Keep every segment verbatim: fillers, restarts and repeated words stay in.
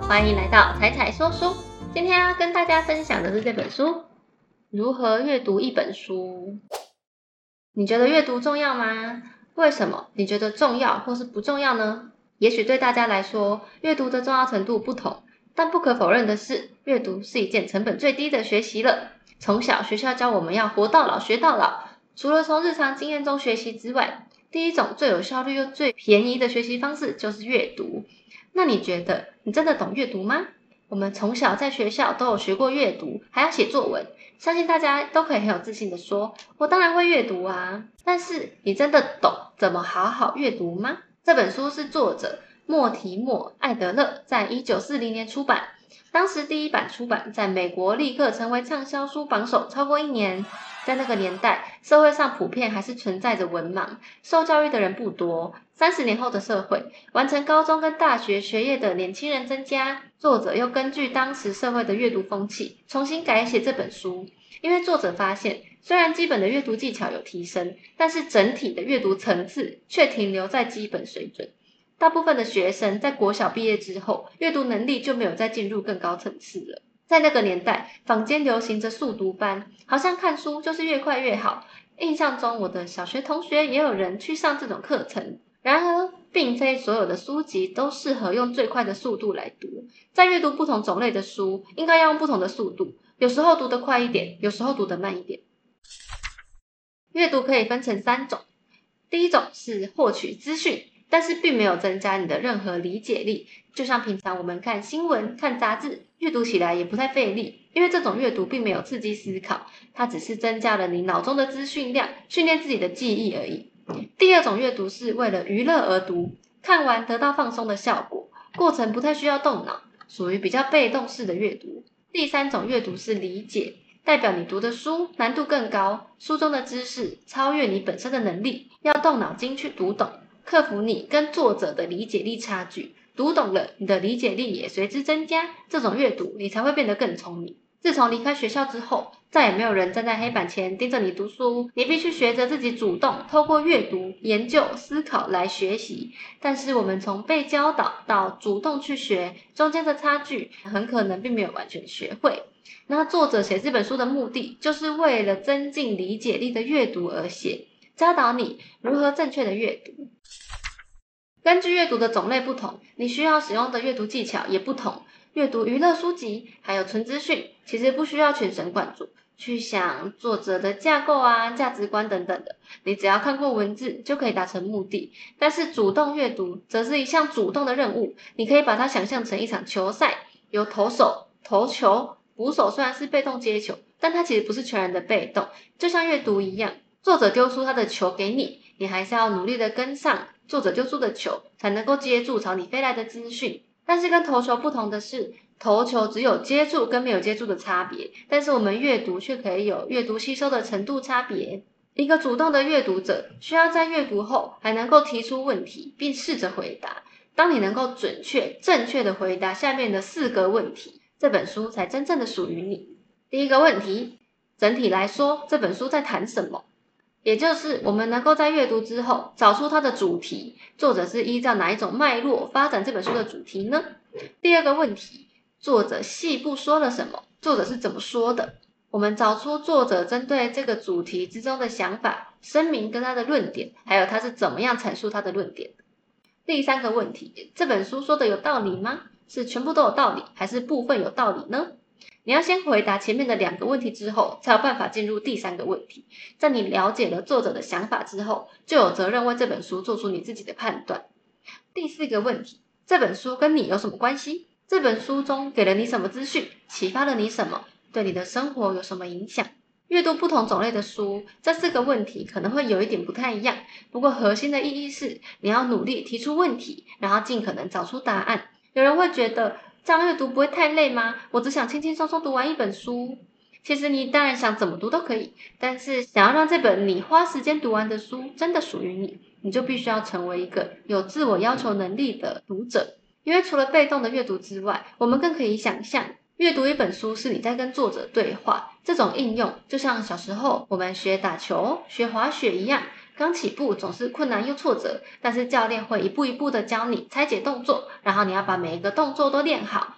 欢迎来到彩彩说书。今天要跟大家分享的是这本书《如何阅读一本书》。你觉得阅读重要吗？为什么你觉得重要或是不重要呢？也许对大家来说，阅读的重要程度不同，但不可否认的是，阅读是一件成本最低的学习了。从小学校教我们要活到老学到老，除了从日常经验中学习之外，第一种最有效率又最便宜的学习方式就是阅读。那你觉得你真的懂阅读吗？我们从小在学校都有学过阅读，还要写作文，相信大家都可以很有自信的说，我当然会阅读啊。但是你真的懂怎么好好阅读吗？这本书是作者莫提莫·艾德勒在一九四零年出版，当时第一版出版在美国立刻成为畅销书榜首超过一年。在那个年代，社会上普遍还是存在着文盲，受教育的人不多。三十年后的社会，完成高中跟大学学业的年轻人增加，作者又根据当时社会的阅读风气，重新改写这本书。因为作者发现，虽然基本的阅读技巧有提升，但是整体的阅读层次却停留在基本水准。大部分的学生在国小毕业之后，阅读能力就没有再进入更高层次了。在那个年代，坊间流行着速读班，好像看书就是越快越好。印象中，我的小学同学也有人去上这种课程。然而，并非所有的书籍都适合用最快的速度来读。在阅读不同种类的书，应该要用不同的速度，有时候读得快一点，有时候读得慢一点。阅读可以分成三种，第一种是获取资讯，但是并没有增加你的任何理解力，就像平常我们看新闻、看杂志，阅读起来也不太费力，因为这种阅读并没有刺激思考，它只是增加了你脑中的资讯量，训练自己的记忆而已。第二种阅读是为了娱乐而读，看完得到放松的效果，过程不太需要动脑，属于比较被动式的阅读。第三种阅读是理解，代表你读的书难度更高，书中的知识超越你本身的能力，要动脑筋去读懂，克服你跟作者的理解力差距，读懂了，你的理解力也随之增加，这种阅读你才会变得更聪明。自从离开学校之后，再也没有人站在黑板前盯着你读书，你必须学着自己主动透过阅读、研究、思考来学习。但是我们从被教导到主动去学，中间的差距很可能并没有完全学会。那作者写这本书的目的，就是为了增进理解力的阅读而写，教导你如何正确的阅读。根据阅读的种类不同，你需要使用的阅读技巧也不同。阅读娱乐书籍还有纯资讯，其实不需要全神贯注去想作者的架构啊、价值观等等的，你只要看过文字就可以达成目的。但是主动阅读则是一项主动的任务，你可以把它想象成一场球赛，由投手投球，捕手虽然是被动接球，但它其实不是全然的被动，就像阅读一样，作者丢出他的球给你，你还是要努力的跟上作者丢出的球，才能够接住朝你飞来的资讯。但是跟投球不同的是，投球只有接住跟没有接住的差别，但是我们阅读却可以有阅读吸收的程度差别。一个主动的阅读者需要在阅读后还能够提出问题，并试着回答。当你能够准确、正确的回答下面的四个问题，这本书才真正的属于你。第一个问题，整体来说，这本书在谈什么？也就是我们能够在阅读之后找出它的主题，作者是依照哪一种脉络发展这本书的主题呢？第二个问题，作者细部说了什么？作者是怎么说的？我们找出作者针对这个主题之中的想法、声明跟他的论点，还有他是怎么样阐述他的论点的。第三个问题，这本书说的有道理吗？是全部都有道理，还是部分有道理呢？你要先回答前面的两个问题之后，才有办法进入第三个问题。在你了解了作者的想法之后，就有责任为这本书做出你自己的判断。第四个问题，这本书跟你有什么关系？这本书中给了你什么资讯？启发了你什么？对你的生活有什么影响？阅读不同种类的书，这四个问题可能会有一点不太一样，不过核心的意义是你要努力提出问题，然后尽可能找出答案。有人会觉得这样阅读不会太累吗？我只想轻轻松松读完一本书。其实你当然想怎么读都可以，但是想要让这本你花时间读完的书真的属于你，你就必须要成为一个有自我要求能力的读者。因为除了被动的阅读之外，我们更可以想象阅读一本书是你在跟作者对话，这种应用就像小时候我们学打球、学滑雪一样，刚起步总是困难又挫折，但是教练会一步一步的教你拆解动作，然后你要把每一个动作都练好，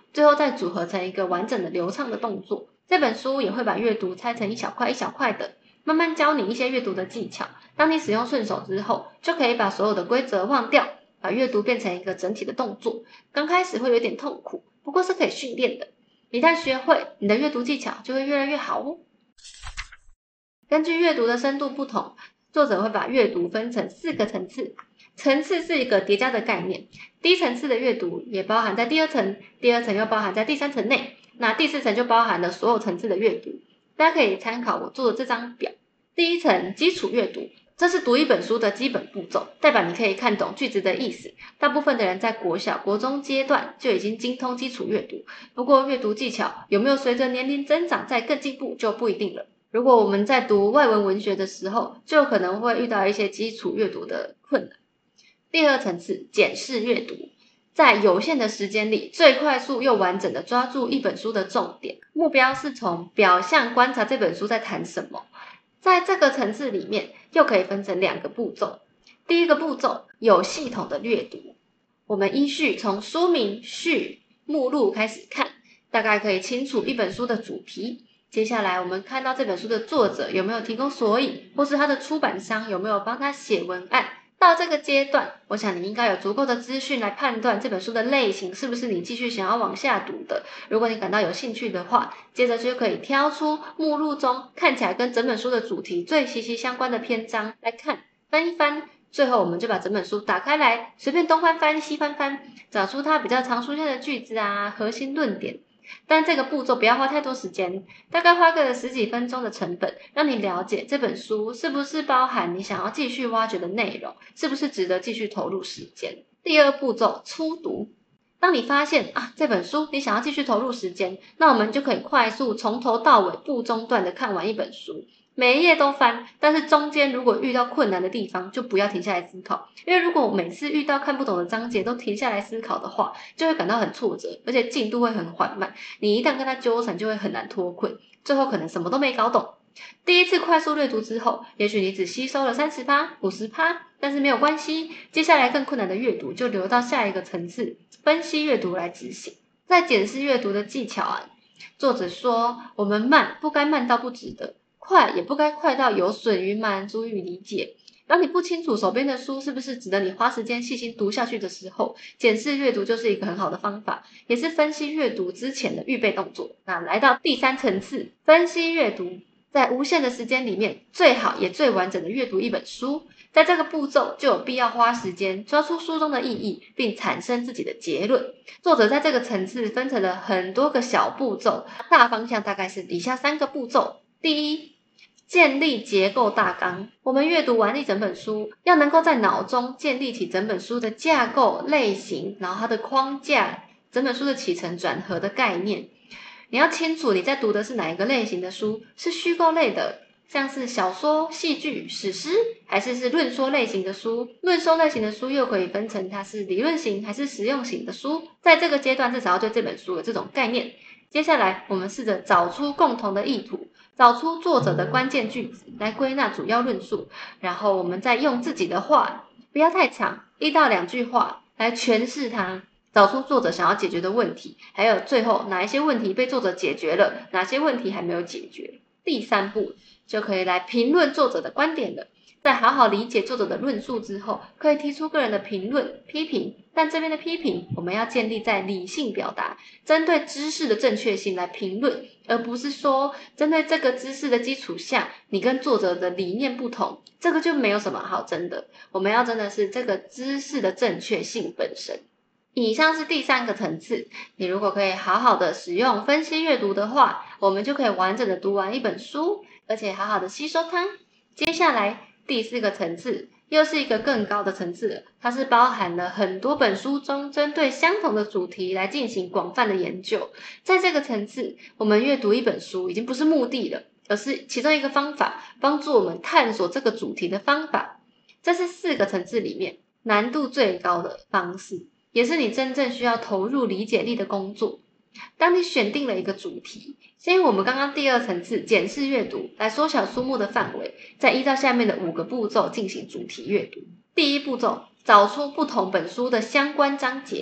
最后再组合成一个完整的流畅的动作。这本书也会把阅读拆成一小块一小块的，慢慢教你一些阅读的技巧。当你使用顺手之后，就可以把所有的规则忘掉，把阅读变成一个整体的动作。刚开始会有点痛苦，不过是可以训练的。一旦学会，你的阅读技巧就会越来越好哦。根据阅读的深度不同，作者会把阅读分成四个层次。层次是一个叠加的概念，低层次的阅读也包含在第二层，第二层又包含在第三层内，那第四层就包含了所有层次的阅读。大家可以参考我做的这张表。第一层基础阅读，这是读一本书的基本步骤，代表你可以看懂句子的意思。大部分的人在国小、国中阶段就已经精通基础阅读，不过阅读技巧有没有随着年龄增长再更进步就不一定了。如果我们在读外文文学的时候，就可能会遇到一些基础阅读的困难。第二层次检视阅读，在有限的时间里，最快速又完整的抓住一本书的重点，目标是从表象观察这本书在谈什么。在这个层次里面，又可以分成两个步骤。第一个步骤有系统的阅读，我们依序从书名、序、目录开始看，大概可以清楚一本书的主题。接下来我们看到这本书的作者有没有提供索引，或是他的出版商有没有帮他写文案。到这个阶段，我想你应该有足够的资讯来判断这本书的类型是不是你继续想要往下读的。如果你感到有兴趣的话，接着就可以挑出目录中看起来跟整本书的主题最息息相关的篇章来看，翻一翻。最后我们就把整本书打开来，随便东翻翻西翻翻，找出它比较常出现的句子啊、核心论点。但这个步骤不要花太多时间，大概花个十几分钟的成本，让你了解这本书是不是包含你想要继续挖掘的内容，是不是值得继续投入时间。第二步骤初读，当你发现啊这本书你想要继续投入时间，那我们就可以快速从头到尾不中断的看完一本书。每一页都翻，但是中间如果遇到困难的地方，就不要停下来思考。因为如果每次遇到看不懂的章节都停下来思考的话，就会感到很挫折，而且进度会很缓慢。你一旦跟它纠缠，就会很难脱困，最后可能什么都没搞懂。第一次快速阅读之后，也许你只吸收了 百分之三十、百分之五十， 但是没有关系，接下来更困难的阅读就留到下一个层次分析阅读来执行。在检视阅读的技巧啊，作者说我们慢不该慢到不值得，快也不该快到有损于满足与理解。当你不清楚手边的书是不是值得你花时间细心读下去的时候，检视阅读就是一个很好的方法，也是分析阅读之前的预备动作。那来到第三层次，分析阅读，在无限的时间里面，最好也最完整的阅读一本书。在这个步骤就有必要花时间抓出书中的意义，并产生自己的结论。作者在这个层次分成了很多个小步骤，大方向大概是以下三个步骤。第一，建立结构大纲。我们阅读完一整本书，要能够在脑中建立起整本书的架构、类型，然后它的框架，整本书的起承转合的概念。你要清楚你在读的是哪一个类型的书，是虚构类的，像是小说、戏剧、史诗，还是是论说类型的书。论说类型的书又可以分成它是理论型还是实用型的书。在这个阶段至少要对这本书有这种概念。接下来我们试着找出共同的意图，找出作者的关键句子来归纳主要论述，然后我们再用自己的话，不要太长，一到两句话来诠释它，找出作者想要解决的问题，还有最后哪一些问题被作者解决了，哪些问题还没有解决。第三步就可以来评论作者的观点了。在好好理解作者的论述之后，可以提出个人的评论、批评，但这边的批评我们要建立在理性表达，针对知识的正确性来评论，而不是说针对这个知识的基础下，你跟作者的理念不同，这个就没有什么好争的。我们要争的是这个知识的正确性本身。以上是第三个层次，你如果可以好好的使用分析阅读的话，我们就可以完整的读完一本书，而且好好的吸收它。接下来第四个层次又是一个更高的层次了，它是包含了很多本书中针对相同的主题来进行广泛的研究。在这个层次，我们阅读一本书已经不是目的了，而是其中一个方法，帮助我们探索这个主题的方法。这是四个层次里面难度最高的方式，也是你真正需要投入理解力的工作。当你选定了一个主题，先用我们刚刚第二层次检视阅读来缩小书目的范围，再依照下面的五个步骤进行主题阅读。第一步骤，找出不同本书的相关章节。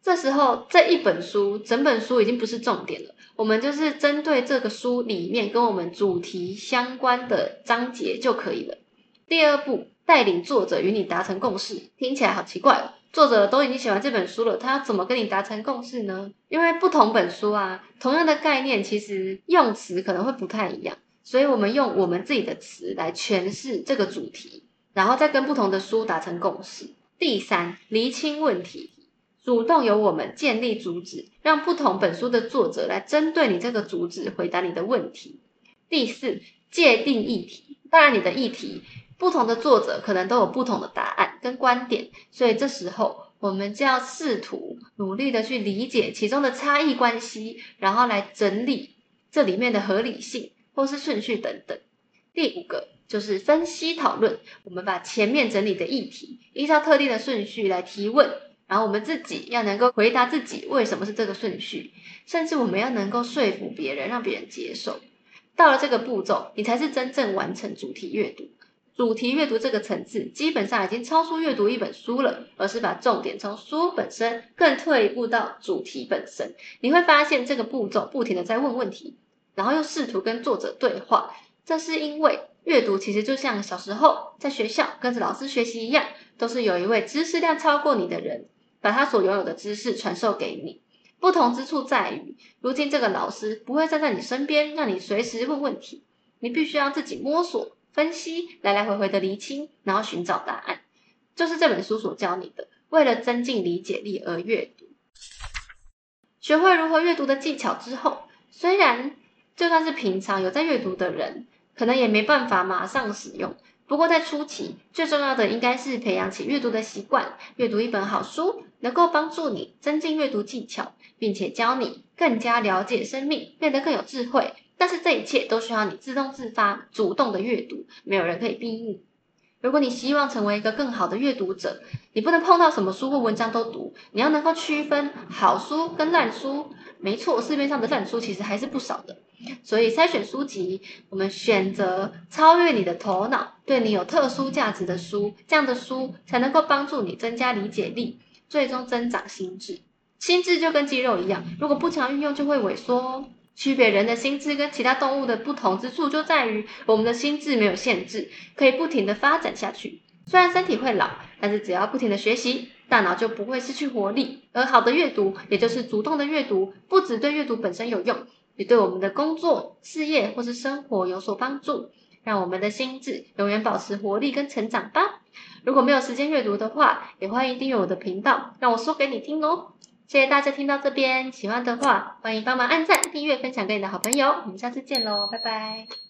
这时候这一本书整本书已经不是重点了，我们就是针对这个书里面跟我们主题相关的章节就可以了。第二步，带领作者与你达成共识。听起来好奇怪哦，作者都已经写完这本书了，他要怎么跟你达成共识呢？因为不同本书啊，同样的概念其实用词可能会不太一样，所以我们用我们自己的词来诠释这个主题，然后再跟不同的书达成共识。第三，厘清问题，主动由我们建立主旨，让不同本书的作者来针对你这个主旨回答你的问题。第四，界定议题，当然你的议题不同的作者可能都有不同的答案跟观点，所以这时候我们就要试图努力的去理解其中的差异关系，然后来整理这里面的合理性或是顺序等等。第五个就是分析讨论，我们把前面整理的议题依照特定的顺序来提问，然后我们自己要能够回答自己为什么是这个顺序，甚至我们要能够说服别人，让别人接受。到了这个步骤，你才是真正完成主题阅读。主题阅读这个层次基本上已经超出阅读一本书了，而是把重点从书本身更退一步到主题本身。你会发现这个步骤不停的在问问题，然后又试图跟作者对话。这是因为阅读其实就像小时候在学校跟着老师学习一样，都是有一位知识量超过你的人，把他所拥有的知识传授给你。不同之处在于，如今这个老师不会站在你身边让你随时问问题，你必须要自己摸索分析，来来回回的厘清，然后寻找答案。就是这本书所教你的，为了增进理解力而阅读。学会如何阅读的技巧之后，虽然就算是平常有在阅读的人，可能也没办法马上使用，不过在初期最重要的应该是培养起阅读的习惯。阅读一本好书能够帮助你增进阅读技巧，并且教你更加了解生命，变得更有智慧。但是这一切都需要你自动自发主动的阅读，没有人可以逼你。如果你希望成为一个更好的阅读者，你不能碰到什么书或文章都读，你要能够区分好书跟烂书。没错，市面上的烂书其实还是不少的，所以筛选书籍，我们选择超越你的头脑，对你有特殊价值的书，这样的书才能够帮助你增加理解力，最终增长心智。心智就跟肌肉一样，如果不常运用就会萎缩哦。区别人的心智跟其他动物的不同之处就在于，我们的心智没有限制，可以不停的发展下去。虽然身体会老，但是只要不停的学习，大脑就不会失去活力。而好的阅读，也就是主动的阅读，不只对阅读本身有用，也对我们的工作、事业或是生活有所帮助，让我们的心智永远保持活力跟成长吧。如果没有时间阅读的话，也欢迎订阅我的频道，让我说给你听哦。谢谢大家听到这边，喜欢的话欢迎帮忙按赞、订阅、分享给你的好朋友。我们下次见喽，拜拜。